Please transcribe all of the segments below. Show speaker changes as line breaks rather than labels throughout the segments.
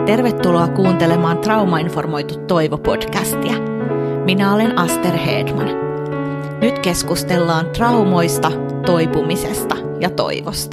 Tervetuloa kuuntelemaan Traumainformoitu Toivo-podcastia. Minä olen Aster Hedman. Nyt keskustellaan traumoista, toipumisesta ja toivosta.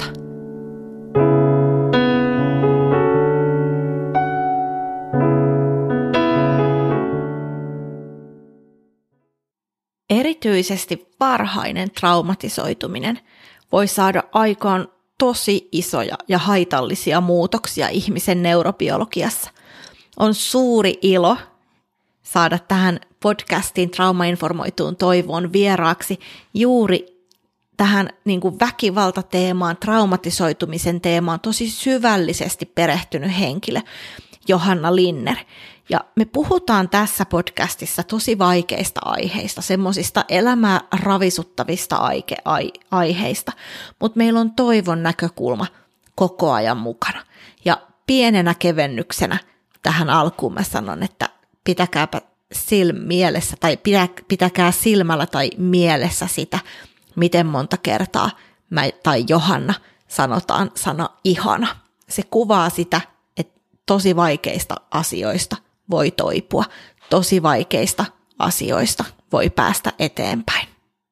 Erityisesti varhainen traumatisoituminen voi saada aikaan tosi isoja ja haitallisia muutoksia ihmisen neurobiologiassa. On suuri ilo saada tähän podcastiin Traumainformoituun toivoon vieraaksi juuri tähän väkivaltateemaan, traumatisoitumisen teemaan tosi syvällisesti perehtynyt henkilö, Johanna Linner. Ja me puhutaan tässä podcastissa tosi vaikeista aiheista, semmoisista elämää ravisuttavista aiheista, mutta meillä on toivon näkökulma koko ajan mukana. Ja pienenä kevennyksenä tähän alkuun mä sanon, että pitäkääpä mielessä tai pitäkää silmällä tai mielessä sitä, miten monta kertaa mä tai Johanna sanotaan sana ihana. Se kuvaa sitä, että tosi vaikeista asioista voi toipua, tosi vaikeista asioista voi päästä eteenpäin.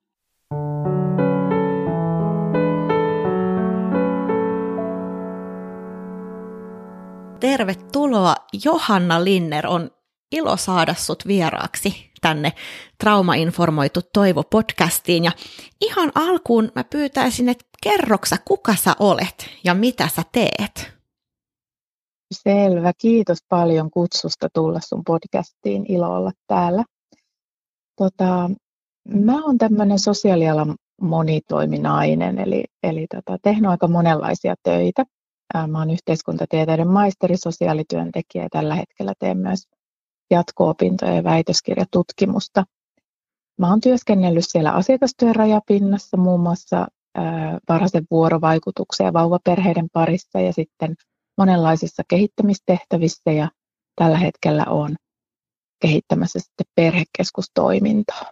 Tervetuloa Johanna Linner, on ilo saada sut vieraaksi tänne Traumainformoitu Toivo-podcastiin. Ja ihan alkuun mä pyytäisin, että kerroksä, kuka sä olet ja mitä sä teet?
Selvä. Kiitos paljon kutsusta tulla sun podcastiin. Ilo olla täällä. Mä oon tämmöinen sosiaalialan monitoiminainen, eli tehnyt aika monenlaisia töitä. Mä oon yhteiskuntatieteiden maisteri, sosiaalityöntekijä ja tällä hetkellä teen myös jatko-opintoja ja väitöskirjatutkimusta. Mä oon työskennellyt siellä asiakastyön rajapinnassa muun muassa varhaisen vuorovaikutuksen ja vauvaperheiden parissa ja sitten monenlaisissa kehittämistehtävissä ja tällä hetkellä olen kehittämässä sitten perhekeskustoimintaa.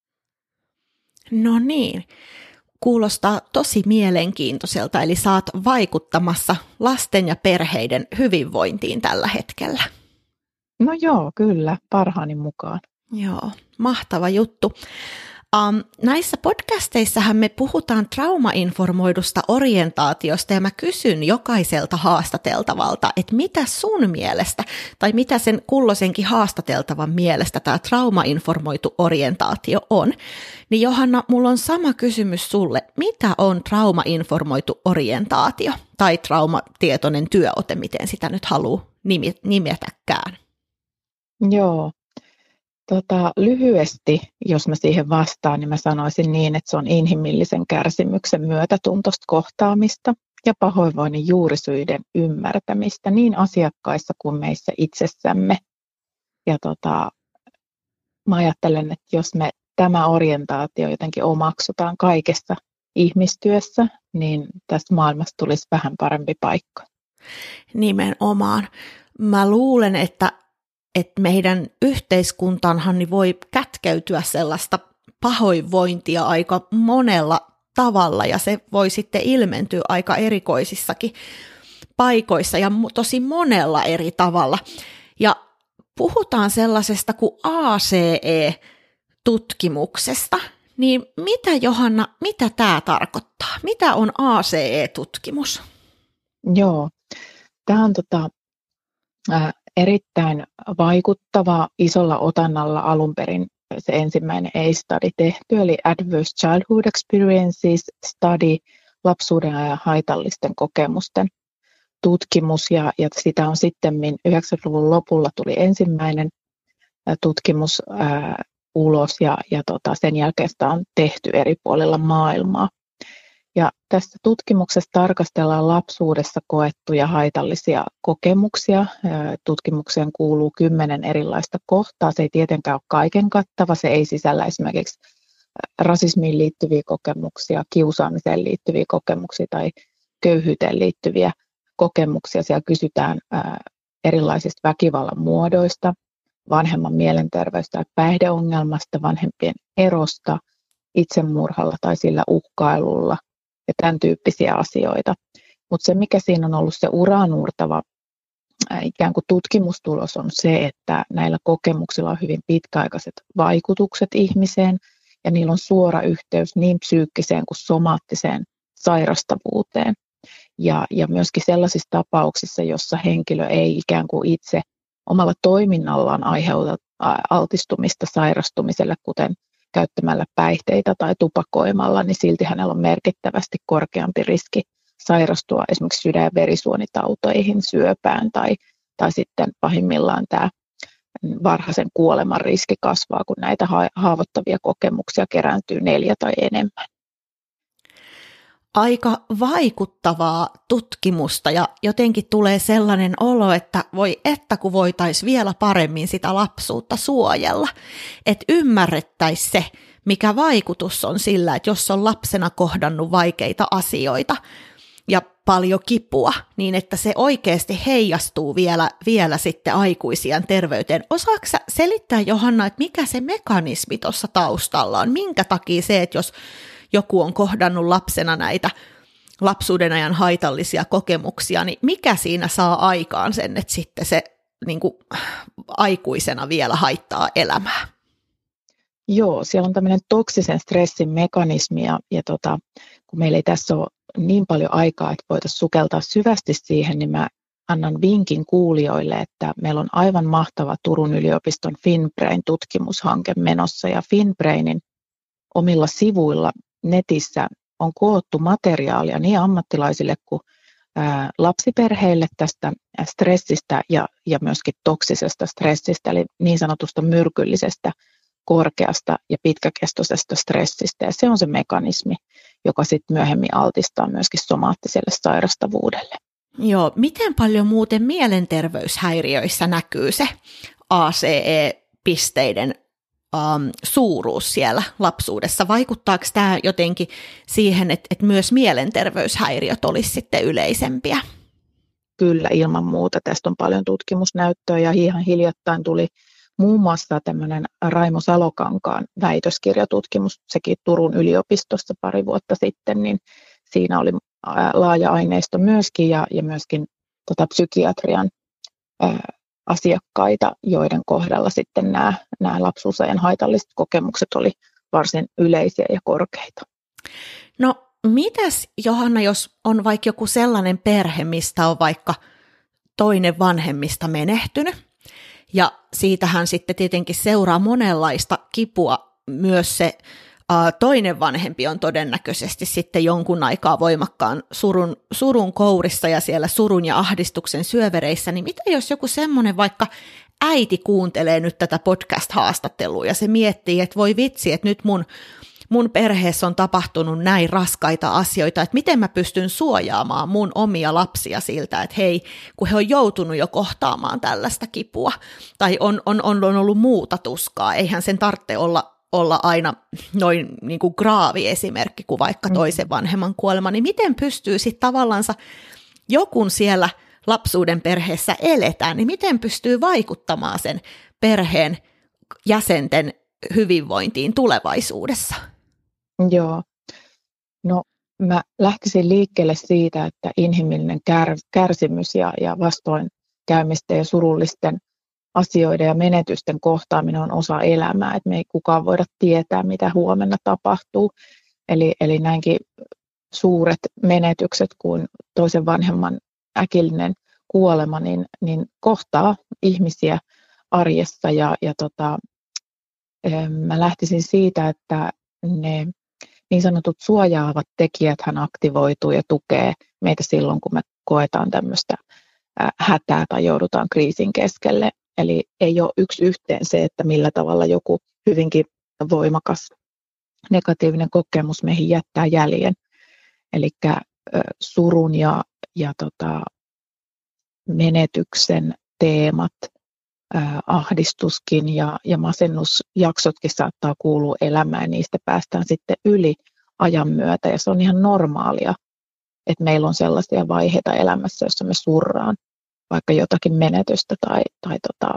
No niin, kuulostaa tosi mielenkiintoiselta, eli saat vaikuttamassa lasten ja perheiden hyvinvointiin tällä hetkellä.
No joo, kyllä, parhaani mukaan.
Joo, mahtava juttu. Näissä podcasteissahan me puhutaan traumainformoidusta orientaatiosta ja mä kysyn jokaiselta haastateltavalta, että mitä sun mielestä tai mitä sen kulloisenkin haastateltavan mielestä tämä traumainformoitu orientaatio on. Niin Johanna, mulla on sama kysymys sulle. Mitä on traumainformoitu orientaatio tai traumatietoinen työote, miten sitä nyt haluaa nimetäkään?
Joo. Lyhyesti, jos mä siihen vastaan, niin mä sanoisin niin, että se on inhimillisen kärsimyksen myötätuntoista kohtaamista ja pahoinvoinnin juurisyiden ymmärtämistä niin asiakkaissa kuin meissä itsessämme. Ja mä ajattelen, että jos me tämä orientaatio jotenkin omaksutaan kaikessa ihmistyössä, niin tästä maailmasta tulisi vähän parempi paikka.
Nimenomaan. Mä luulen, että meidän yhteiskuntaanhan niin voi kätkeytyä sellaista pahoinvointia aika monella tavalla ja se voi sitten ilmentyä aika erikoisissakin paikoissa ja tosi monella eri tavalla. Ja puhutaan sellaisesta kuin ACE-tutkimuksesta, niin mitä Johanna, mitä tämä tarkoittaa? Mitä on ACE-tutkimus?
Joo, tämä on erittäin vaikuttava isolla otannalla alun perin se ensimmäinen A-study tehty, eli Adverse Childhood Experiences Study, lapsuuden ajan haitallisten kokemusten tutkimus, ja sitä on sitten 90-luvun lopulla tuli ensimmäinen tutkimus ulos, ja sen jälkeen sitä on tehty eri puolilla maailmaa. Ja tässä tutkimuksessa tarkastellaan lapsuudessa koettuja haitallisia kokemuksia. Tutkimukseen kuuluu 10 erilaista kohtaa. Se ei tietenkään ole kaiken kattava. Se ei sisällä esimerkiksi rasismiin liittyviä kokemuksia, kiusaamiseen liittyviä kokemuksia tai köyhyyteen liittyviä kokemuksia. Siellä kysytään erilaisista väkivallan muodoista, vanhemman mielenterveys- tai päihdeongelmasta, vanhempien erosta, itsemurhalla tai sillä uhkailulla ja tämän tyyppisiä asioita. Mutta se, mikä siinä on ollut se uranuurtava ikään kuin tutkimustulos on se, että näillä kokemuksilla on hyvin pitkäaikaiset vaikutukset ihmiseen ja niillä on suora yhteys niin psyykkiseen kuin somaattiseen sairastavuuteen. Ja myöskin sellaisissa tapauksissa, jossa henkilö ei ikään kuin itse omalla toiminnallaan aiheuta altistumista sairastumiselle, kuten käyttämällä päihteitä tai tupakoimalla, niin silti hänellä on merkittävästi korkeampi riski sairastua esimerkiksi sydän- ja verisuonitauteihin, syöpään tai sitten pahimmillaan tämä varhaisen kuoleman riski kasvaa, kun näitä haavoittavia kokemuksia kerääntyy 4 tai enemmän.
Aika vaikuttavaa tutkimusta ja jotenkin tulee sellainen olo, että kun voitaisiin vielä paremmin sitä lapsuutta suojella, että ymmärrettäisiin se, mikä vaikutus on sillä, että jos on lapsena kohdannut vaikeita asioita ja paljon kipua, niin että se oikeasti heijastuu vielä sitten aikuisien terveyteen. Osaatko sä selittää, Johanna, että mikä se mekanismi tuossa taustalla on? Minkä takia se, että jos joku on kohdannut lapsena näitä lapsuuden ajan haitallisia kokemuksia, niin mikä siinä saa aikaan sen, että sitten se niin kuin aikuisena vielä haittaa elämää?
Joo, siellä on tämmöinen toksisen stressin mekanismi ja kun meillä ei tässä ole niin paljon aikaa, että voitaisiin sukeltaa syvästi siihen, niin mä annan vinkin kuulijoille, että meillä on aivan mahtava Turun yliopiston FinBrain-tutkimushanke menossa ja FinBrainin omilla sivuilla netissä on koottu materiaalia niin ammattilaisille kuin lapsiperheille tästä stressistä ja myöskin toksisesta stressistä, eli niin sanotusta myrkyllisestä, korkeasta ja pitkäkestoisesta stressistä. Ja se on se mekanismi, joka sitten myöhemmin altistaa myöskin somaattiselle sairastavuudelle.
Joo, miten paljon muuten mielenterveyshäiriöissä näkyy se ACE-pisteiden suuruus siellä lapsuudessa? Vaikuttaako tämä jotenkin siihen, että myös mielenterveyshäiriöt olisi sitten yleisempiä?
Kyllä, ilman muuta. Tästä on paljon tutkimusnäyttöä ja ihan hiljattain tuli muun muassa tämmöinen Raimo Salokankaan väitöskirjatutkimus, sekin Turun yliopistossa pari vuotta sitten, niin siinä oli laaja aineisto myöskin ja myöskin psykiatrian asiakkaita, joiden kohdalla sitten nämä lapsuusajan haitalliset kokemukset oli varsin yleisiä ja korkeita.
No mitäs, Johanna, jos on vaikka joku sellainen perhe, mistä on vaikka toinen vanhemmista menehtynyt, ja siitähän sitten tietenkin seuraa monenlaista kipua, myös se toinen vanhempi on todennäköisesti sitten jonkun aikaa voimakkaan surun kourissa ja siellä surun ja ahdistuksen syövereissä, niin mitä jos joku semmoinen vaikka äiti kuuntelee nyt tätä podcast-haastattelua ja se miettii, että voi vitsi, että nyt mun perheessä on tapahtunut näin raskaita asioita, että miten mä pystyn suojaamaan mun omia lapsia siltä, että hei, kun he on joutunut jo kohtaamaan tällaista kipua tai on ollut muuta tuskaa, eihän sen tarvitse olla aina noin niin kuin graavi esimerkki kuin vaikka toisen vanhemman kuolema, niin miten pystyy sitten tavallansa jokun siellä lapsuuden perheessä eletään, niin miten pystyy vaikuttamaan sen perheen jäsenten hyvinvointiin tulevaisuudessa?
Joo, no mä lähtisin liikkeelle siitä, että inhimillinen kärsimys ja vastoinkäymisten ja surullisten asioiden ja menetysten kohtaaminen on osa elämää, että me ei kukaan voida tietää, mitä huomenna tapahtuu. Eli näinkin suuret menetykset kuin toisen vanhemman äkillinen kuolema, niin kohtaa ihmisiä arjessa mä lähtisin siitä, että ne niin sanotut suojaavat tekijät hän aktivoituu ja tukee meitä silloin, kun me koetaan tämmöistä hätää tai joudutaan kriisin keskelle. Eli ei ole yksi yhteen se, että millä tavalla joku hyvinkin voimakas negatiivinen kokemus meihin jättää jäljen. Eli surun ja menetyksen teemat, ahdistuskin ja masennusjaksotkin saattaa kuulua elämään, niistä päästään sitten yli ajan myötä. Ja se on ihan normaalia, että meillä on sellaisia vaiheita elämässä, joissa me surraan vaikka jotakin menetystä tai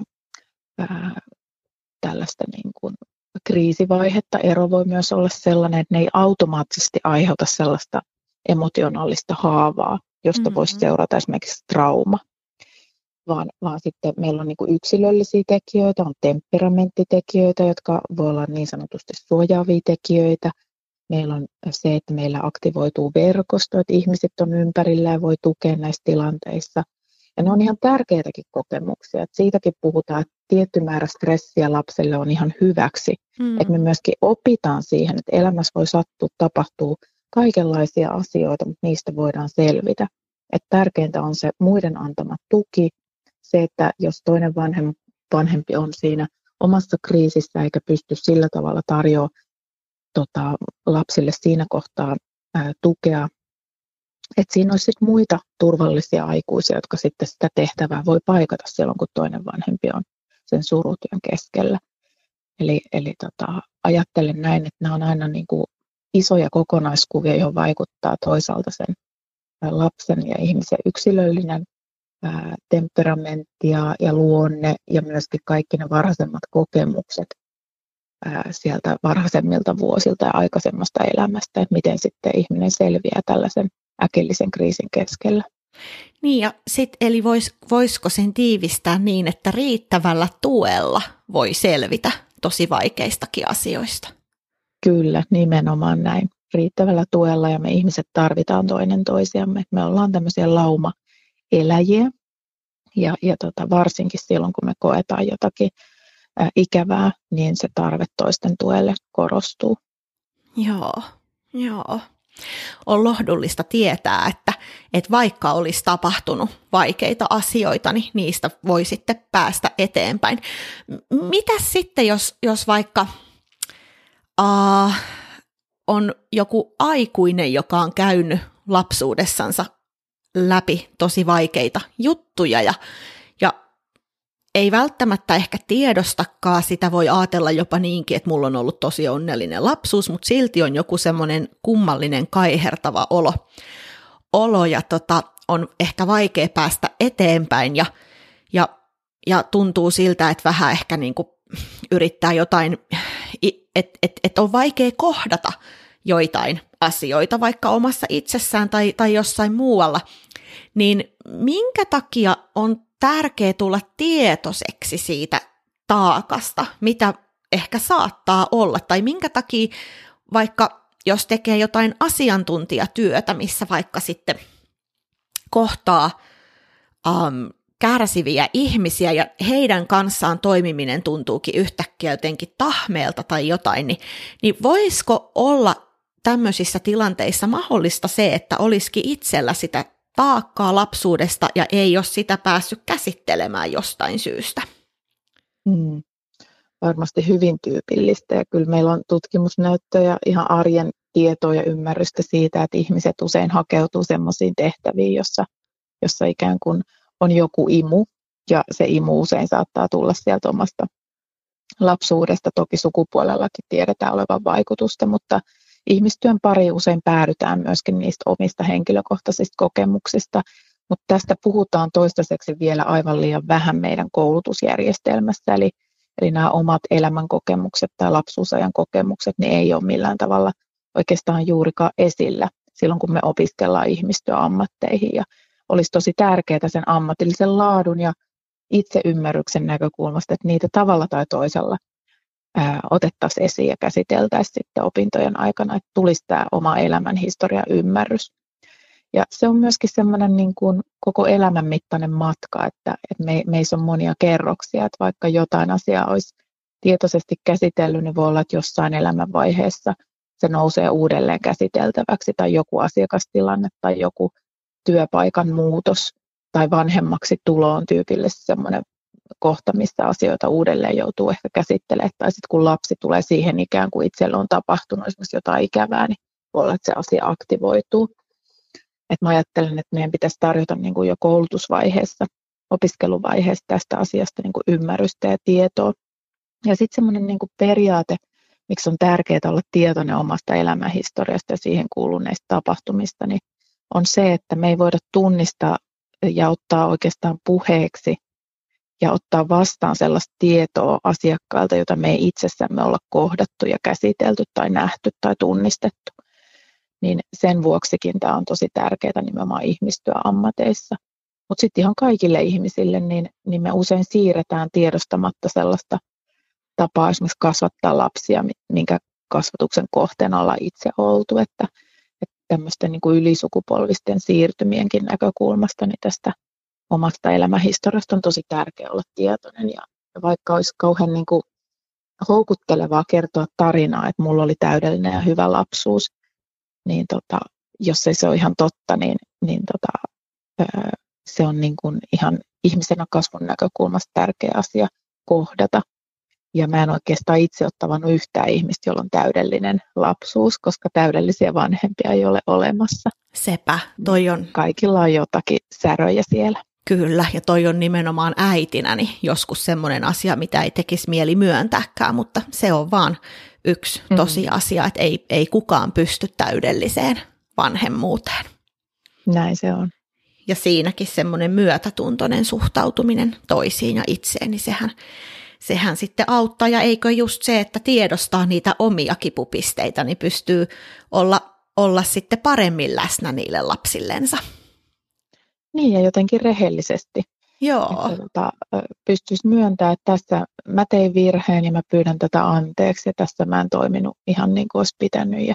tällaista niin kuin kriisivaihetta. Ero voi myös olla sellainen, että ne ei automaattisesti aiheuta sellaista emotionaalista haavaa, josta voisi seurata esimerkiksi trauma. vaan sitten meillä on niin kuin yksilöllisiä tekijöitä, on temperamenttitekijöitä, jotka voi olla niin sanotusti suojaavia tekijöitä. Meillä on se, että meillä aktivoituu verkosto, että ihmiset on ympärillä ja voi tukea näissä tilanteissa. Ja ne on ihan tärkeitäkin kokemuksia. Että siitäkin puhutaan, että tietty määrä stressiä lapselle on ihan hyväksi. Että me myöskin opitaan siihen, että elämässä voi sattua, tapahtuu kaikenlaisia asioita, mutta niistä voidaan selvitä. Että tärkeintä on se muiden antama tuki, se, että jos toinen vanhempi on siinä omassa kriisissä eikä pysty sillä tavalla tarjoamaan lapsille siinä kohtaa tukea, että siinä olisi sit muita turvallisia aikuisia, jotka sitten sitä tehtävää voi paikata silloin, kun toinen vanhempi on sen surutyön keskellä. Eli ajattelen näin, että nämä on aina niin kuin isoja kokonaiskuvia, joihin vaikuttaa toisaalta sen lapsen ja ihmisen yksilöllinen temperamentti ja luonne ja myöskin kaikki ne varhaisemmat kokemukset sieltä varhaisemmilta vuosilta ja aikaisemmasta elämästä, että miten sitten ihminen selviää tällaisen äkillisen kriisin keskellä.
Niin ja sitten eli voisiko sen tiivistää niin, että riittävällä tuella voi selvitä tosi vaikeistakin asioista?
Kyllä, nimenomaan näin. Riittävällä tuella ja me ihmiset tarvitaan toinen toisiamme. Me ollaan tämmöisiä laumaeläjiä ja varsinkin silloin, kun me koetaan jotakin ikävää, niin se tarve toisten tuelle korostuu.
Joo. On lohdullista tietää, että vaikka olisi tapahtunut vaikeita asioita, niin niistä voi sitten päästä eteenpäin. Mitäs sitten, jos vaikka on joku aikuinen, joka on käynyt lapsuudessansa läpi tosi vaikeita juttuja ja ei välttämättä ehkä tiedostakaan, sitä voi ajatella jopa niinkin, että mulla on ollut tosi onnellinen lapsuus, mutta silti on joku semmoinen kummallinen kaihertava olo ja on ehkä vaikea päästä eteenpäin ja tuntuu siltä, että vähän ehkä niin kuin yrittää jotain, että on vaikea kohdata joitain asioita vaikka omassa itsessään tai jossain muualla, niin minkä takia on tärkeää tulla tietoiseksi siitä taakasta, mitä ehkä saattaa olla, tai minkä takia vaikka jos tekee jotain asiantuntijatyötä, missä vaikka sitten kohtaa kärsiviä ihmisiä ja heidän kanssaan toimiminen tuntuukin yhtäkkiä jotenkin tahmeelta tai jotain, niin voisiko olla tämmöisissä tilanteissa mahdollista se, että olisikin itsellä sitä taakkaa lapsuudesta ja ei ole sitä päässyt käsittelemään jostain syystä?
Varmasti hyvin tyypillistä ja kyllä meillä on tutkimusnäyttöjä, ihan arjen tietoa ja ymmärrystä siitä, että ihmiset usein hakeutuu semmoisiin tehtäviin, jossa ikään kuin on joku imu ja se imu usein saattaa tulla sieltä omasta lapsuudesta. Toki sukupuolellakin tiedetään olevan vaikutusta, mutta ihmistyön pariin usein päädytään myöskin niistä omista henkilökohtaisista kokemuksista, mutta tästä puhutaan toistaiseksi vielä aivan liian vähän meidän koulutusjärjestelmässä, eli nämä omat elämänkokemukset tai lapsuusajan kokemukset, niin ei ole millään tavalla oikeastaan juurikaan esillä silloin, kun me opiskellaan ihmistyöammatteihin, ja olisi tosi tärkeää sen ammatillisen laadun ja itseymmärryksen näkökulmasta, että niitä tavalla tai toisella otettaisiin esiin ja käsiteltäisiin sitten opintojen aikana, että tulisi tämä oma elämän historia ymmärrys. Ja se on myöskin semmoinen niin kuin koko elämän mittainen matka, että meissä on monia kerroksia, että vaikka jotain asiaa olisi tietoisesti käsitellyt, niin voi olla, että jossain elämänvaiheessa se nousee uudelleen käsiteltäväksi tai joku asiakastilanne tai joku työpaikan muutos tai vanhemmaksi tulo on tyypillisesti semmoinen kohta, missä asioita uudelleen joutuu ehkä käsittelemään. Tai sitten kun lapsi tulee siihen ikään kuin itselle on tapahtunut esimerkiksi jotain ikävää, niin voi olla, että se asia aktivoituu. Et mä ajattelen, että meidän pitäisi tarjota niin kuin jo koulutusvaiheessa, opiskeluvaiheessa tästä asiasta niin kuin ymmärrystä ja tietoa. Ja sitten semmoinen niin kuin periaate, miksi on tärkeää olla tietoinen omasta elämänhistoriasta ja siihen kuuluneista tapahtumista, niin on se, että me ei voida tunnistaa ja ottaa oikeastaan puheeksi ja ottaa vastaan sellaista tietoa asiakkailta, jota me ei itsessämme olla kohdattu ja käsitelty tai nähty tai tunnistettu. Niin sen vuoksikin tämä on tosi tärkeää nimenomaan ihmistyöammateissa. Mutta sitten ihan kaikille ihmisille, niin me usein siirretään tiedostamatta sellaista tapaa esimerkiksi kasvattaa lapsia, minkä kasvatuksen kohteena ollaan itse oltu, että tämmöisten niin kuin ylisukupolvisten siirtymienkin näkökulmasta niin tästä omasta elämänhistoriasta on tosi tärkeää olla tietoinen. Ja vaikka olisi kauhean niin kuin houkuttelevaa kertoa tarinaa, että mulla oli täydellinen ja hyvä lapsuus, niin jos ei se ole ihan totta, niin se on niin kuin ihan ihmisenä kasvun näkökulmasta tärkeä asia kohdata. Ja mä en oikeastaan itse ole tavannut yhtään ihmistä, jolla on täydellinen lapsuus, koska täydellisiä vanhempia ei ole olemassa.
Sepä, toi on...
Kaikilla on jotakin säröjä siellä.
Kyllä, ja toi on nimenomaan äitinäni joskus semmoinen asia, mitä ei tekisi mieli myöntääkään, mutta se on vaan yksi tosiasia, että ei kukaan pysty täydelliseen vanhemmuuteen.
Näin se on.
Ja siinäkin semmoinen myötätuntoinen suhtautuminen toisiin ja itseen, niin sehän sitten auttaa. Ja eikö just se, että tiedostaa niitä omia kipupisteitä, niin pystyy olla sitten paremmin läsnä niille lapsillensa.
Niin, ja jotenkin rehellisesti.
Joo.
Että pystyisi myöntämään, että tässä mä tein virheen ja mä pyydän tätä anteeksi, ja tässä mä en toiminut ihan niin kuin olisi pitänyt, ja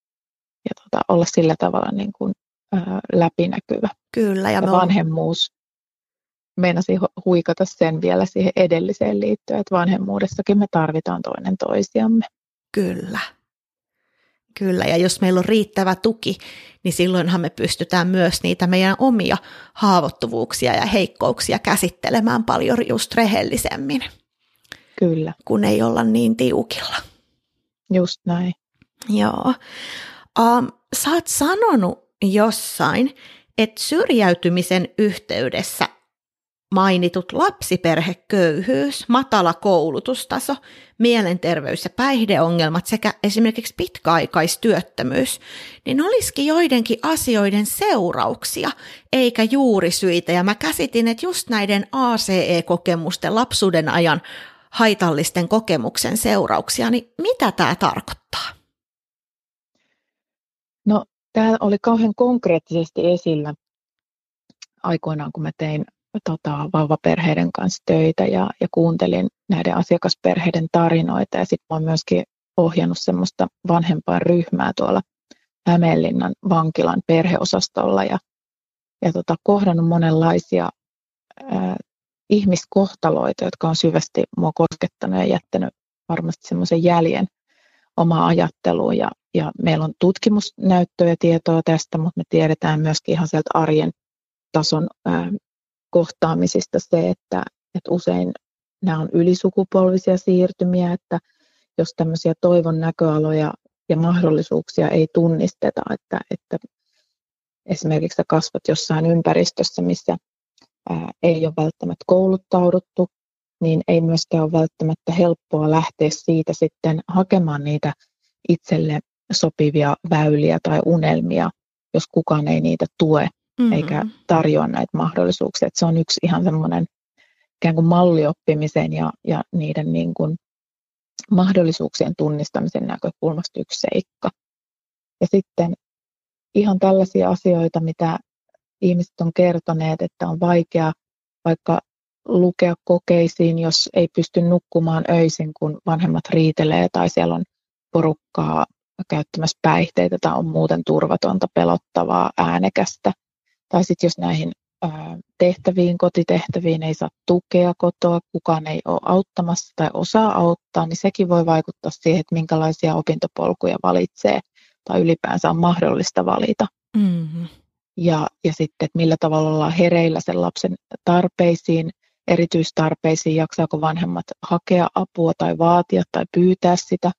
olla sillä tavalla niin kuin, läpinäkyvä.
Kyllä.
Ja vanhemmuus, meinasin huikata sen vielä siihen edelliseen liittyen, että vanhemmuudessakin me tarvitaan toinen toisiamme.
Kyllä. Kyllä, ja jos meillä on riittävä tuki, niin silloinhan me pystytään myös niitä meidän omia haavoittuvuuksia ja heikkouksia käsittelemään paljon just rehellisemmin.
Kyllä.
Kun ei olla niin tiukilla.
Just näin.
Joo. Sä oot sanonut jossain, että syrjäytymisen yhteydessä mainitut lapsiperheköyhyys, matala koulutustaso, mielenterveys- ja päihdeongelmat sekä esimerkiksi pitkäaikaistyöttömyys, niin olisikin joidenkin asioiden seurauksia eikä juurisyitä. Ja mä käsitin, että just näiden ACE-kokemusten lapsuuden ajan haitallisten kokemuksen seurauksia, niin mitä tämä tarkoittaa?
No, tämä oli kauhean konkreettisesti esillä aikoinaan, kun mä tein vauvaperheiden kanssa töitä ja kuuntelin näiden asiakasperheiden tarinoita, ja sitten olen myöskin ohjannut semmoista vanhempaa ryhmää tuolla Hämeenlinnan vankilan perheosastolla ja kohdannut monenlaisia ihmiskohtaloita, jotka on syvästi mua koskettanut ja jättänyt varmasti semmoisen jäljen omaa ajatteluun, ja meillä on tutkimusnäyttöä ja tietoa tästä, mutta me tiedetään myöskin ihan sieltä arjen tason kohtaamisista se, että usein nämä on ylisukupolvisia siirtymiä, että jos tämmöisiä toivon näköaloja ja mahdollisuuksia ei tunnisteta, että esimerkiksi sä kasvat jossain ympäristössä, missä ei ole välttämättä kouluttauduttu, niin ei myöskään ole välttämättä helppoa lähteä siitä sitten hakemaan niitä itselle sopivia väyliä tai unelmia, jos kukaan ei niitä tue. Eikä tarjoa näitä mahdollisuuksia. Että se on yksi ihan semmoinen ikään kuin mallioppimisen ja niiden niin kuin mahdollisuuksien tunnistamisen näkökulmasta yksi seikka. Ja sitten ihan tällaisia asioita, mitä ihmiset on kertoneet, että on vaikea vaikka lukea kokeisiin, jos ei pysty nukkumaan öisin, kun vanhemmat riitelee tai siellä on porukkaa käyttämässä päihteitä tai on muuten turvatonta, pelottavaa, äänekästä. Tai sitten jos näihin kotitehtäviin ei saa tukea kotoa, kukaan ei ole auttamassa tai osaa auttaa, niin sekin voi vaikuttaa siihen, että minkälaisia opintopolkuja valitsee tai ylipäänsä on mahdollista valita.
Mm-hmm.
Ja sitten, että millä tavalla ollaan hereillä sen lapsen tarpeisiin, erityistarpeisiin, jaksaako vanhemmat hakea apua tai vaatia tai pyytää sitä,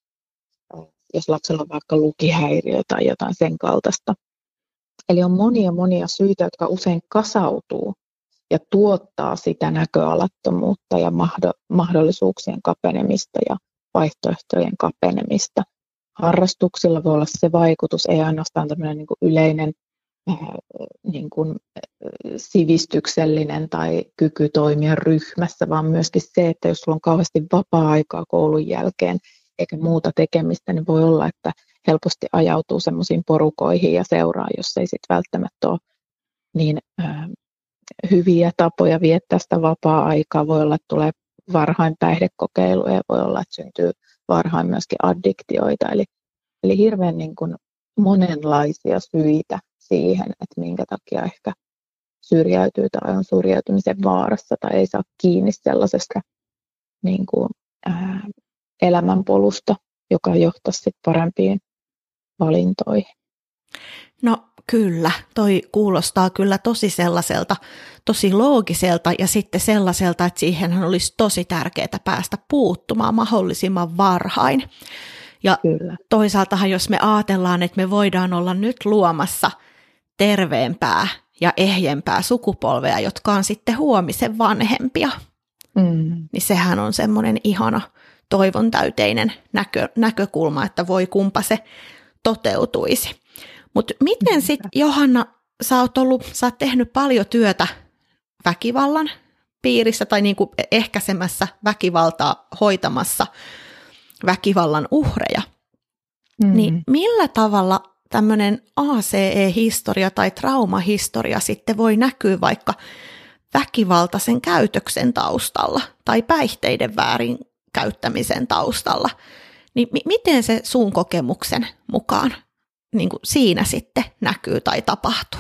jos lapsella on vaikka lukihäiriö tai jotain sen kaltaista. Eli on monia syitä, jotka usein kasautuu ja tuottaa sitä näköalattomuutta ja mahdollisuuksien kapenemista ja vaihtoehtojen kapenemista. Harrastuksilla voi olla se vaikutus, ei ainoastaan tämmöinen niin kuin yleinen niin kuin sivistyksellinen tai kyky toimia ryhmässä, vaan myöskin se, että jos sulla on kauheasti vapaa-aikaa koulun jälkeen eikä muuta tekemistä, niin voi olla, että helposti ajautuu semmoisiin porukoihin ja seuraa, jos ei sitten välttämättä ole niin hyviä tapoja viettää sitä vapaa-aikaa. Voi olla, että tulee varhain päihdekokeiluja ja voi olla, että syntyy varhain myöskin addiktioita. Eli hirveän niin kuin monenlaisia syitä siihen, että minkä takia ehkä syrjäytyy tai on syrjäytymisen vaarassa tai ei saa kiinni sellaisesta niin kuin, elämänpolusta, joka johtaisi sit parempiin valintoihin.
No kyllä, toi kuulostaa kyllä tosi sellaiselta, tosi loogiselta ja sitten sellaiselta, että siihenhän olisi tosi tärkeää päästä puuttumaan mahdollisimman varhain. Ja kyllä. Toisaaltahan jos me ajatellaan, että me voidaan olla nyt luomassa terveempää ja ehjempää sukupolvea, jotka on sitten huomisen vanhempia, niin sehän on semmoinen ihana toivon täyteinen näkökulma, että voi kumpa se toteutuisi. Mutta miten sitten, Johanna, sä oot tehnyt paljon työtä väkivallan piirissä tai niinku ehkäisemässä väkivaltaa, hoitamassa väkivallan uhreja. Niin millä tavalla tämmöinen ACE-historia tai traumahistoria sitten voi näkyä vaikka väkivaltaisen käytöksen taustalla tai päihteiden väärin käyttämisen taustalla? Niin miten se sun kokemuksen mukaan niin kuin siinä sitten näkyy tai tapahtuu?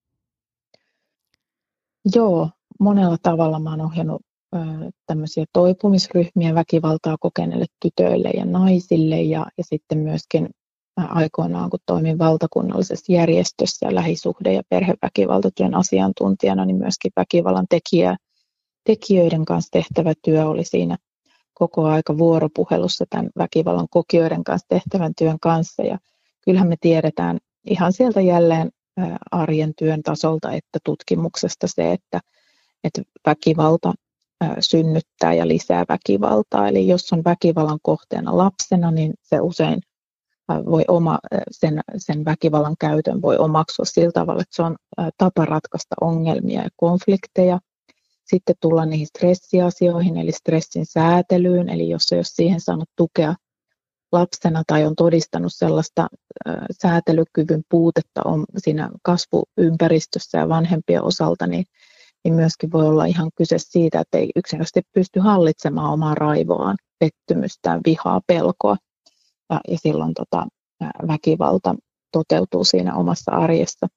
Joo, monella tavalla mä oon ohjannut tämmöisiä toipumisryhmiä väkivaltaa kokeneille tytöille ja naisille ja sitten myöskin aikoinaan, kun toimin valtakunnallisessa järjestössä lähisuhde- ja perheväkivaltatyön asiantuntijana, niin myöskin väkivallan tekijöiden kanssa tehtävä työ oli siinä koko aika vuoropuhelussa tämän väkivallan kokijoiden kanssa tehtävän työn kanssa. Ja kyllähän me tiedetään ihan sieltä jälleen arjen työn tasolta, että tutkimuksesta se, että väkivalta synnyttää ja lisää väkivaltaa. Eli jos on väkivallan kohteena lapsena, niin se usein voi sen väkivallan käytön voi omaksua sillä tavalla, että se on tapa ratkaista ongelmia ja konflikteja. Sitten tullaan niihin stressiasioihin, eli stressin säätelyyn, eli jos ei ole siihen saanut tukea lapsena tai on todistanut sellaista säätelykyvyn puutetta on siinä kasvuympäristössä ja vanhempien osalta, niin myöskin voi olla ihan kyse siitä, että ei yksinkertaisesti pysty hallitsemaan omaa raivoaan, pettymystään, vihaa, pelkoa. Ja silloin väkivalta toteutuu siinä omassa arjessa.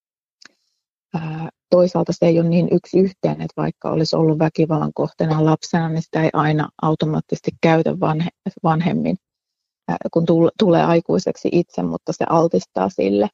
Toisaalta se ei ole niin yksi yhteen, että vaikka olisi ollut väkivallan kohteena lapsena, niin sitä ei aina automaattisesti käytä vanhemmin, kun tulee aikuiseksi itse, mutta se altistaa sille.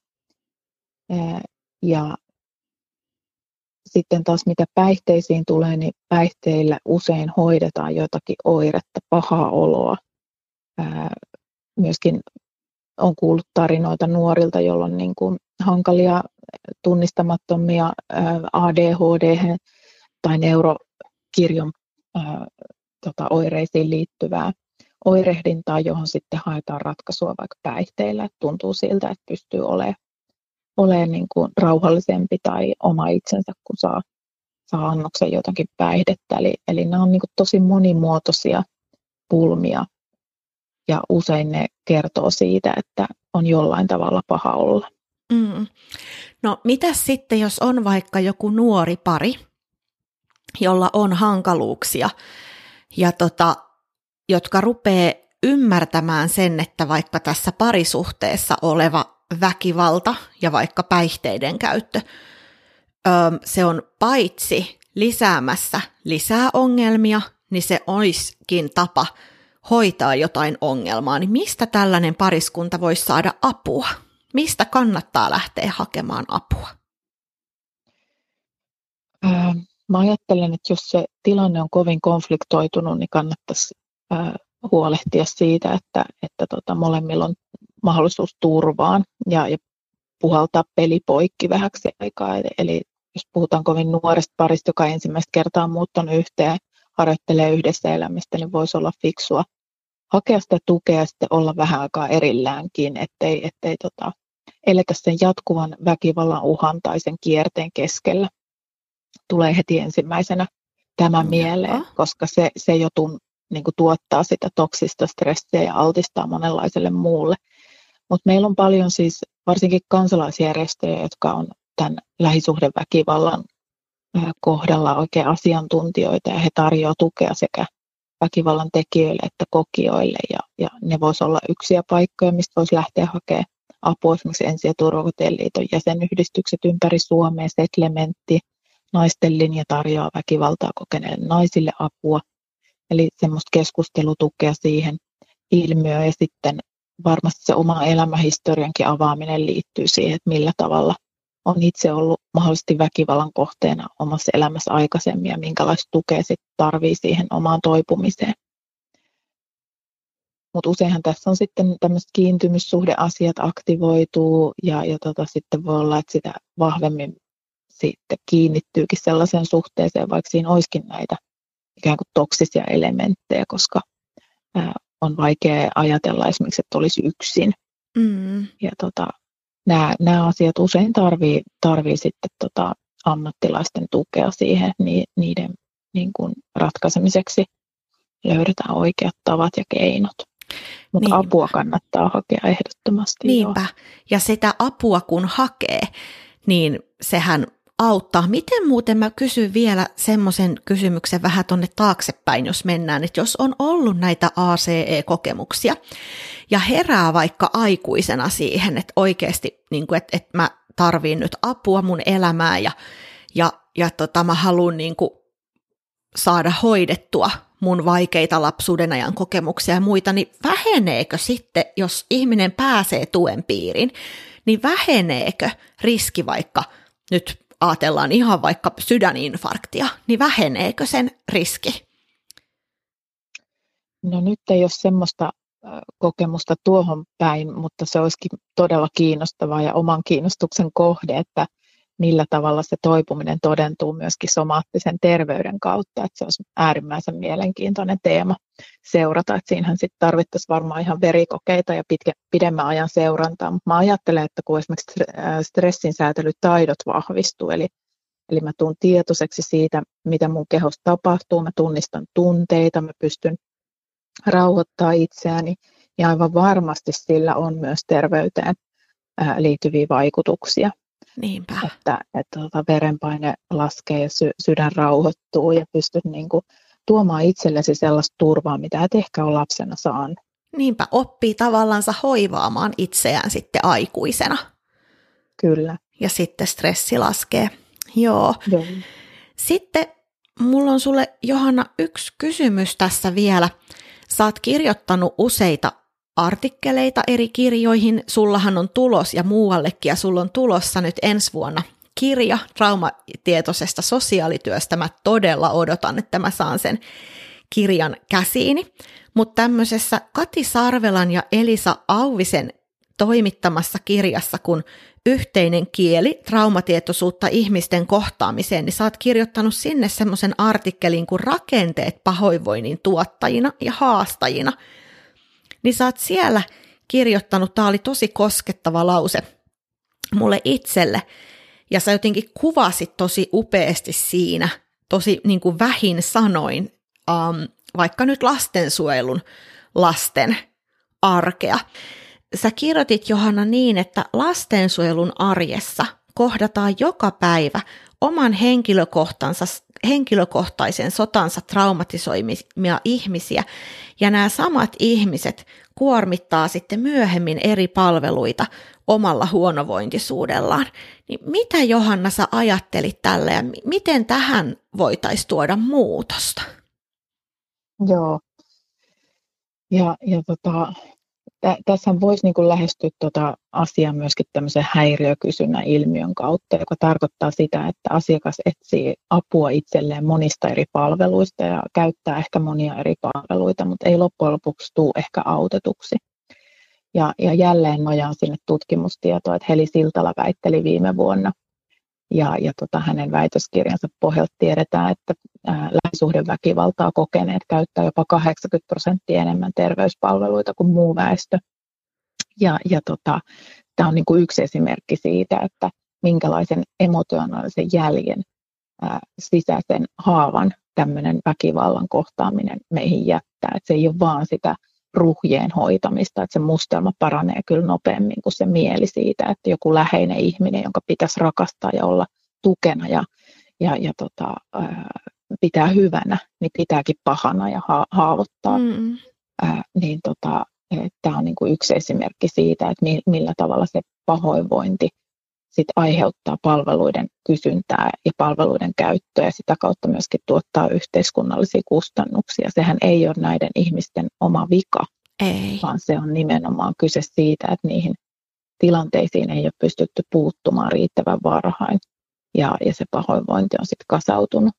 Ja sitten taas mitä päihteisiin tulee, niin päihteillä usein hoidetaan jotakin oiretta, pahaa oloa. Myöskin on kuullut tarinoita nuorilta, joilla on niin kuin hankalia tunnistamattomia ADHD tai neurokirjon oireisiin liittyvää oirehdintaa, johon sitten haetaan ratkaisua vaikka päihteillä. Että tuntuu siltä, että pystyy olemaan niin kuin rauhallisempi tai oma itsensä, kun saa annoksen jotakin päihdettä. Eli nämä on niin kuin tosi monimuotoisia pulmia. Ja usein ne kertoo siitä, että on jollain tavalla paha olla.
No mitäs sitten, jos on vaikka joku nuori pari, jolla on hankaluuksia, ja jotka rupeaa ymmärtämään sen, että vaikka tässä parisuhteessa oleva väkivalta ja vaikka päihteiden käyttö, se on paitsi lisäämässä lisää ongelmia, niin se olisikin tapa hoitaa jotain ongelmaa, niin mistä tällainen pariskunta voisi saada apua? Mistä kannattaa lähteä hakemaan apua?
Mä ajattelen, että jos se tilanne on kovin konfliktoitunut, niin kannattaisi huolehtia siitä, että molemmilla on mahdollisuus turvaan ja puhaltaa peli poikki vähäksi aikaa. Eli jos puhutaan kovin nuoresta parista, joka ensimmäistä kertaa on muuttanut yhteen, harjoittelee yhdessä elämistä, niin voisi olla fiksua hakea sitä tukea ja sitten olla vähän aikaa erilläänkin, ettei eletä sen jatkuvan väkivallan uhan tai sen kierteen keskellä. Tulee heti ensimmäisenä tämä mieleen, koska se jo niin kuin tuottaa sitä toksista stressiä ja altistaa monenlaiselle muulle. Mutta meillä on paljon siis varsinkin kansalaisjärjestöjä, jotka on tämän lähisuhdeväkivallan kohdalla oikein asiantuntijoita ja he tarjoavat tukea sekä väkivallan tekijöille että kokijoille ja ne voisi olla yksiä paikkoja, mistä voisi lähteä hakemaan apua, esimerkiksi Ensi- ja turvakotien liiton jäsenyhdistykset ympäri Suomea, Setlementti, Naisten linja tarjoaa väkivaltaa kokeneille naisille apua, eli semmoista keskustelutukea siihen ilmiöön ja sitten varmasti se oma elämähistoriankin avaaminen liittyy siihen, että millä tavalla on itse ollut mahdollisesti väkivallan kohteena omassa elämässä aikaisemmin ja minkälaista tukea sitten tarvii siihen omaan toipumiseen. Mutta useinhan tässä on sitten tämmöiset kiintymyssuhdeasiat aktivoituu ja sitten voi olla, että sitä vahvemmin sitten kiinnittyykin sellaiseen suhteeseen, vaikka siinä olisikin näitä ikään kuin toksisia elementtejä, koska on vaikea ajatella esimerkiksi, että olisi yksin. Ja nämä asiat usein tarvii sitten ammattilaisten tukea siihen, niiden niin kuin ratkaisemiseksi löydetään oikeat tavat ja keinot. Mutta apua kannattaa hakea ehdottomasti.
Niinpä.
Joo.
Ja sitä apua kun hakee, niin sehän auttaa. Miten muuten mä kysyn vielä semmoisen kysymyksen vähän tuonne taaksepäin, jos mennään, että jos on ollut näitä ACE-kokemuksia ja herää vaikka aikuisena siihen, että oikeasti, niin kuin, että mä tarviin nyt apua mun elämään ja mä haluan niin kuin saada hoidettua mun vaikeita lapsuuden ajan kokemuksia ja muita, niin väheneekö sitten, jos ihminen pääsee tuen piiriin, niin väheneekö riski vaikka, nyt ajatellaan ihan vaikka sydäninfarktia, niin väheneekö sen riski?
No nyt ei ole semmoista kokemusta tuohon päin, mutta se olisikin todella kiinnostavaa ja oman kiinnostuksen kohde, että millä tavalla se toipuminen todentuu myöskin somaattisen terveyden kautta, että se olisi äärimmäisen mielenkiintoinen teema seurata, että siinähän sitten tarvittaisiin varmaan ihan verikokeita ja pidemmän ajan seurantaa, mutta mä ajattelen, että kun esimerkiksi stressinsäätelytaidot vahvistuu, eli mä tuun tietoiseksi siitä, mitä mun kehossa tapahtuu, mä tunnistan tunteita, mä pystyn rauhoittamaan itseäni ja aivan varmasti sillä on myös terveyteen liittyviä vaikutuksia.
Niinpä.
Että verenpaine laskee ja sydän rauhoittuu ja pystyt niinku tuomaan itsellesi sellaista turvaa, mitä et ehkä ole lapsena saanut.
Niinpä, oppii tavallansa hoivaamaan itseään sitten aikuisena.
Kyllä.
Ja sitten stressi laskee. Joo. Sitten mulla on sulle, Johanna, yksi kysymys tässä vielä. Sä oot kirjoittanut useita artikkeleita eri kirjoihin, sullahan on tulos ja muuallekin, ja sulla on tulossa nyt ensi vuonna kirja traumatietoisesta sosiaalityöstä. Mä todella odotan, että mä saan sen kirjan käsiini, mutta tämmöisessä Kati Sarvelan ja Elisa Auvisen toimittamassa kirjassa, kun yhteinen kieli, traumatietoisuutta ihmisten kohtaamiseen, niin sä oot kirjoittanut sinne semmoisen artikkelin kuin rakenteet pahoinvoinnin tuottajina ja haastajina. Niin sä oot siellä kirjoittanut, tää oli tosi koskettava lause mulle itselle, ja sä jotenkin kuvasit tosi upeasti siinä, tosi niin kuin vähin sanoin, vaikka nyt lastensuojelun lasten arkea. Sä kirjoitit, Johanna, niin, että lastensuojelun arjessa kohdataan joka päivä oman henkilökohtaisen sotansa traumatisoimia ihmisiä, ja nämä samat ihmiset kuormittaa sitten myöhemmin eri palveluita omalla huonovointisuudellaan. Niin mitä, Johanna, sä ajattelit tällä ja miten tähän voitaisiin tuoda muutosta?
Joo. Tässä voisi niin kuin lähestyä asiaa myöskin tämmöisen häiriökysynnän ilmiön kautta, joka tarkoittaa sitä, että asiakas etsii apua itselleen monista eri palveluista ja käyttää ehkä monia eri palveluita, mutta ei loppujen lopuksi tule ehkä autetuksi. Ja jälleen nojaan sinne tutkimustietoon, että Heli Siltala väitteli viime vuonna, ja hänen väitöskirjansa pohjalta tiedetään, että lähisuhdeväkivaltaa kokeneet käyttää jopa 80% enemmän terveyspalveluita kuin muu väestö. Tämä on niin kuin yksi esimerkki siitä, että minkälaisen emotionaalisen jäljen sisäisen haavan tämmöinen väkivallan kohtaaminen meihin jättää. Että se ei ole vaan sitä ruhjeen hoitamista, että se mustelma paranee kyllä nopeammin kuin se mieli siitä, että joku läheinen ihminen, jonka pitäisi rakastaa ja olla tukena ja pitää hyvänä, niin pitääkin pahana ja haavoittaa. Niin tämä on niin kuin yksi esimerkki siitä, että millä tavalla se pahoinvointi sit aiheuttaa palveluiden kysyntää ja palveluiden käyttöä ja sitä kautta myöskin tuottaa yhteiskunnallisia kustannuksia. Sehän ei ole näiden ihmisten oma vika, vaan se on nimenomaan kyse siitä, että niihin tilanteisiin ei ole pystytty puuttumaan riittävän varhain ja se pahoinvointi on sitten kasautunut.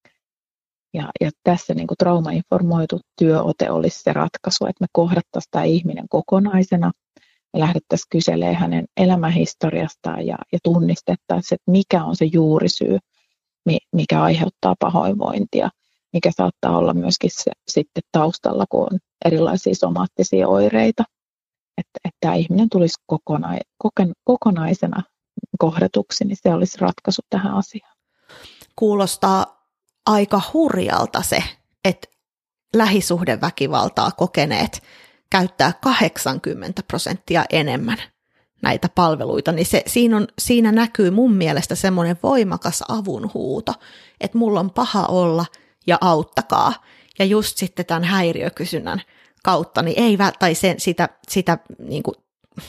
Ja tässä niin kuin traumainformoitu työote olisi se ratkaisu, että me kohdattaisiin tämä ihminen kokonaisena ja lähdettäisiin kyselemään hänen elämänhistoriastaan ja tunnistettaisiin, että mikä on se juurisyy, mikä aiheuttaa pahoinvointia, mikä saattaa olla myöskin se, sitten taustalla, kun on erilaisia somaattisia oireita. Että tämä ihminen tulisi kokonaisena kohdatuksi, niin se olisi ratkaisu tähän asiaan.
Kuulostaa aika hurjalta se, että lähisuhdeväkivaltaa kokeneet käyttää 80% enemmän näitä palveluita, niin siinä näkyy mun mielestä semmoinen voimakas avunhuuto, että mulla on paha olla ja auttakaa. Ja just sitten tämän häiriökysynnän kautta, niin ei sitä niin kuin,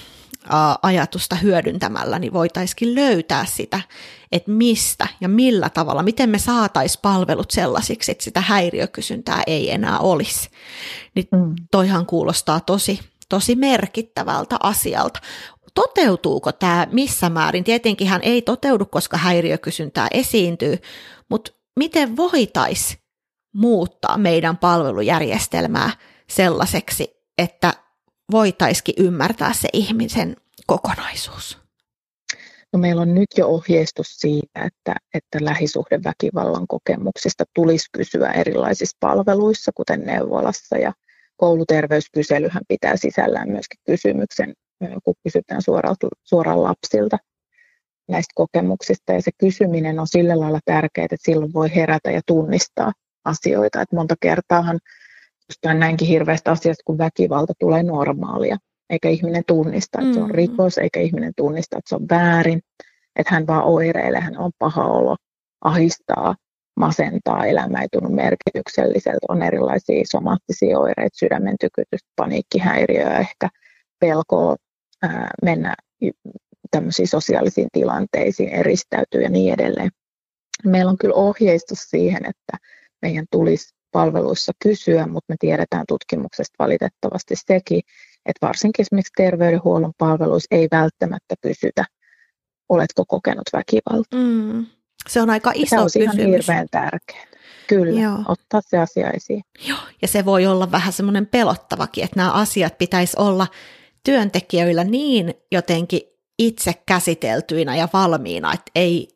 ajatusta hyödyntämällä, niin voitaisiin löytää sitä, että mistä ja millä tavalla, miten me saataisiin palvelut sellaisiksi, että sitä häiriökysyntää ei enää olisi. Niin toihan kuulostaa tosi merkittävältä asialta. Toteutuuko tämä missä määrin? Tietenkin hän ei toteudu, koska häiriökysyntää esiintyy, mutta miten voitaisiin muuttaa meidän palvelujärjestelmää sellaiseksi, että voitaisiin ymmärtää se ihmisen kokonaisuus?
No, meillä on nyt jo ohjeistus siitä, että lähisuhdeväkivallan kokemuksista tulisi kysyä erilaisissa palveluissa, kuten neuvolassa, ja kouluterveyskyselyhän pitää sisällään myöskin kysymyksen, kun kysytään suoraan lapsilta näistä kokemuksista, ja se kysyminen on sillä lailla tärkeää, että silloin voi herätä ja tunnistaa asioita, että monta kertaahan jostain näinkin hirveästä asiasta kuin väkivalta tulee normaalia, eikä ihminen tunnista, että se on rikos, eikä ihminen tunnista, että se on väärin, että hän vaan oireilee, hän on paha olo, ahistaa, masentaa, elämä ei tunnu merkitykselliseltä, on erilaisia somaattisia oireita, sydämen tykytystä, paniikkihäiriöä, ehkä pelkoa mennä tämmöisiin sosiaalisiin tilanteisiin, eristäytyy ja niin edelleen. Meillä on kyllä ohjeistus siihen, että meidän tulisi palveluissa kysyä, mutta me tiedetään tutkimuksesta valitettavasti sekin, että varsinkin esimerkiksi terveydenhuollon palveluissa ei välttämättä kysytä, oletko kokenut väkivaltaa.
Se on aika iso kysymys.
Se on ihan hirveän tärkeää. Kyllä, joo. Ottaa se asia esiin.
Joo, ja se voi olla vähän semmoinen pelottavakin, että nämä asiat pitäisi olla työntekijöillä niin jotenkin itse käsiteltyinä ja valmiina, että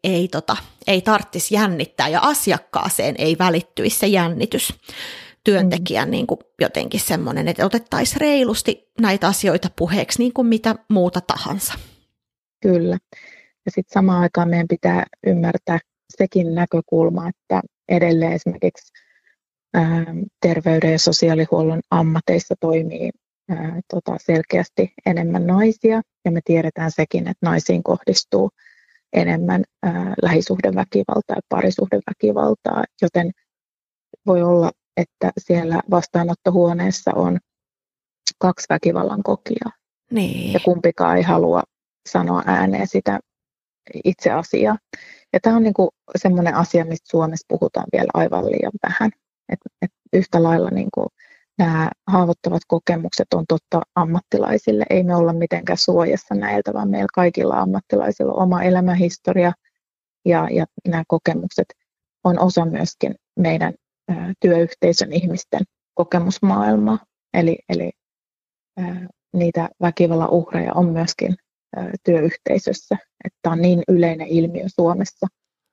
ei tarvitsisi jännittää ja asiakkaaseen ei välittyisi se jännitys työntekijän niin kuin jotenkin semmoinen, että otettaisiin reilusti näitä asioita puheeksi niin kuin mitä muuta tahansa.
Kyllä. Ja sitten samaan aikaan meidän pitää ymmärtää sekin näkökulma, että edelleen esimerkiksi terveyden ja sosiaalihuollon ammateissa toimii selkeästi enemmän naisia, ja me tiedetään sekin, että naisiin kohdistuu enemmän lähisuhdeväkivaltaa ja parisuhdeväkivaltaa, joten voi olla, että siellä vastaanottohuoneessa on 2 väkivallan kokijaa, ja kumpikaan ei halua sanoa ääneen sitä itse asiaa. Ja tämä on niinku semmoinen asia, mistä Suomessa puhutaan vielä aivan liian vähän, että yhtä lailla niinku nämä haavoittavat kokemukset on totta ammattilaisille. Ei me olla mitenkään suojassa näiltä, vaan meillä kaikilla ammattilaisilla on oma elämänhistoria ja nämä kokemukset on osa myöskin meidän työyhteisön ihmisten kokemusmaailmaa. Eli niitä väkivallan uhreja on myöskin työyhteisössä. Että on niin yleinen ilmiö Suomessa.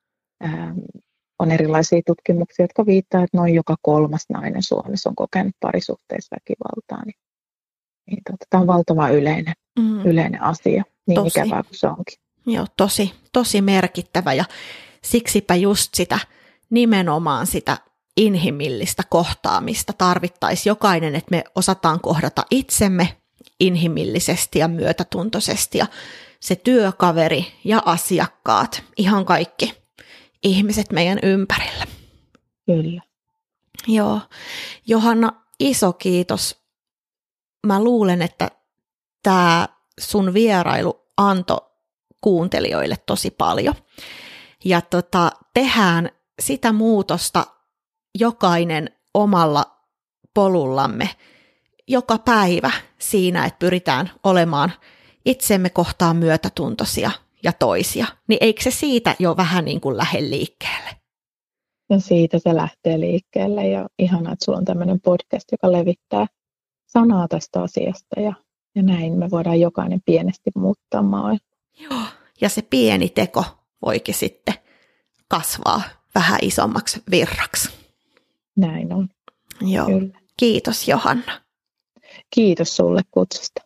On erilaisia tutkimuksia, jotka viittaa, että noin joka 3. nainen Suomessa on kokenut parisuhteisväkivaltaa. Tämä on valtavan yleinen asia, niin ikävää kuin se onkin.
Joo, tosi merkittävä, ja siksipä just sitä nimenomaan sitä inhimillistä kohtaamista tarvittaisiin jokainen, että me osataan kohdata itsemme inhimillisesti ja myötätuntoisesti, ja se työkaveri ja asiakkaat, ihan kaikki ihmiset meidän ympärillä.
Kyllä.
Joo. Johanna, iso kiitos. Mä luulen, että tämä sun vierailu antoi kuuntelijoille tosi paljon. Ja tehdään sitä muutosta jokainen omalla polullamme joka päivä siinä, että pyritään olemaan itsemme kohtaan myötätuntoisia ja toisia. Niin eikö se siitä jo vähän niin kuin lähde liikkeelle?
Ja siitä se lähtee liikkeelle ja ihanaa, että sulla on tämmöinen podcast, joka levittää sanaa tästä asiasta ja näin me voidaan jokainen pienesti muuttaa maailmaa.
Joo, ja se pieni teko voikin sitten kasvaa vähän isommaksi virraksi.
Näin on.
Joo. Kyllä. Kiitos Johanna.
Kiitos sulle kutsusta.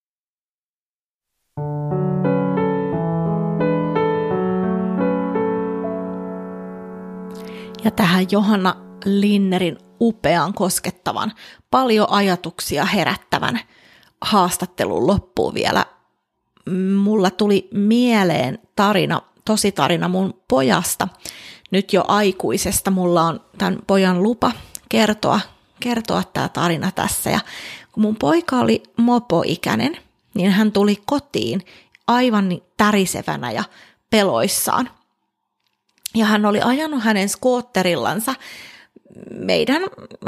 Ja tähän Johanna Linnerin upean, koskettavan, paljon ajatuksia herättävän haastattelun loppuun vielä. Mulla tuli mieleen tositarina mun pojasta, nyt jo aikuisesta. Mulla on tämän pojan lupa kertoa tämä tarina tässä. Ja kun mun poika oli mopoikäinen, niin hän tuli kotiin aivan tärisevänä ja peloissaan. Ja hän oli ajanut hänen skootterillansa meidän,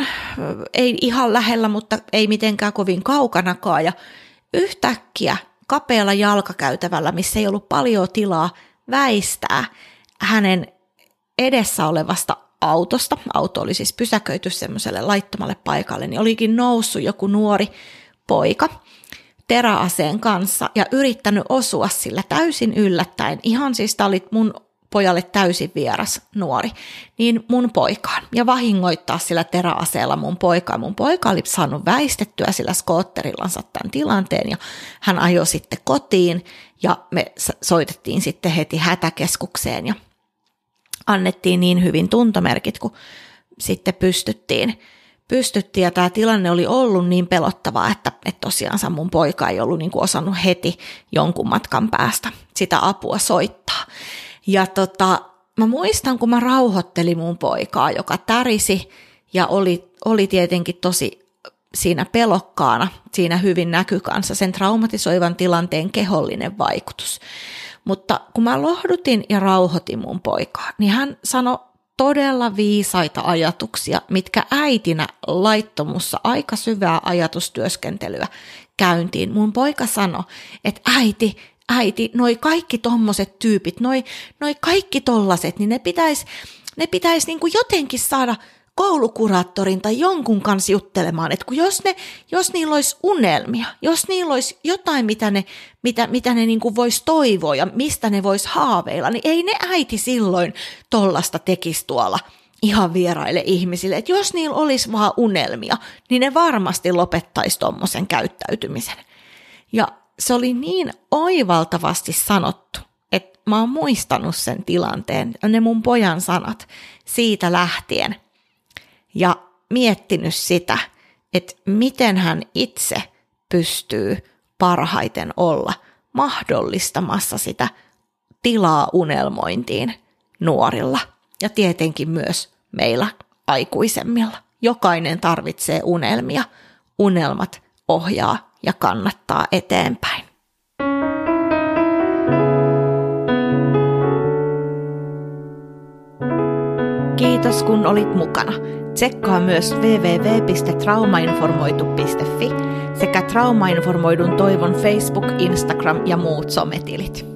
ei ihan lähellä, mutta ei mitenkään kovin kaukanakaan. Ja yhtäkkiä kapealla jalkakäytävällä, missä ei ollut paljon tilaa väistää hänen edessä olevasta autosta, auto oli siis pysäköity semmoiselle laittomalle paikalle, niin olikin noussut joku nuori poika teräaseen kanssa ja yrittänyt osua sillä täysin yllättäen. Ihan siis tämä oli mun pojalle täysin vieras nuori, niin mun poikaan. Ja vahingoittaa sillä teräaseella mun poikaa. Mun poika oli saanut väistettyä sillä skootterillansa tämän tilanteen ja hän ajoi sitten kotiin ja me soitettiin sitten heti hätäkeskukseen ja annettiin niin hyvin tuntomerkit, kun sitten pystyttiin ja tämä tilanne oli ollut niin pelottavaa, että tosiaansa mun poika ei ollut niin kuin osannut heti jonkun matkan päästä sitä apua soittaa. Ja mä muistan, kun mä rauhoittelin mun poikaa, joka tärisi ja oli tietenkin tosi siinä pelokkaana, siinä hyvin näkyi kanssa sen traumatisoivan tilanteen kehollinen vaikutus. Mutta kun mä lohdutin ja rauhoitin mun poikaa, niin hän sanoi todella viisaita ajatuksia, mitkä äitinä laittomussa aika syvää ajatustyöskentelyä käyntiin. Mun poika sanoi, että äiti, noi kaikki tommoset tyypit, noi kaikki tollaset, niin ne pitäisi niin kuin jotenkin saada koulukuraattorin tai jonkun kanssa juttelemaan, että kun jos niillä olisi unelmia, jos niillä olisi jotain, mitä ne niin kuin voisi toivoa ja mistä ne voisi haaveilla, niin ei ne äiti silloin tollasta tekisi tuolla ihan vieraille ihmisille. Että jos niillä olisi vaan unelmia, niin ne varmasti lopettaisi tommosen käyttäytymisen. Ja se oli niin oivaltavasti sanottu, että mä oon muistanut sen tilanteen, ne mun pojan sanat siitä lähtien ja miettinyt sitä, että miten hän itse pystyy parhaiten olla mahdollistamassa sitä tilaa unelmointiin nuorilla ja tietenkin myös meillä aikuisemmilla. Jokainen tarvitsee unelmia, unelmat ohjaa ja kannattaa eteenpäin. Kiitos kun olit mukana. Tsekkaa myös www.traumainformoitu.fi sekä Traumainformoidun Toivon Facebook, Instagram ja muut sometilit.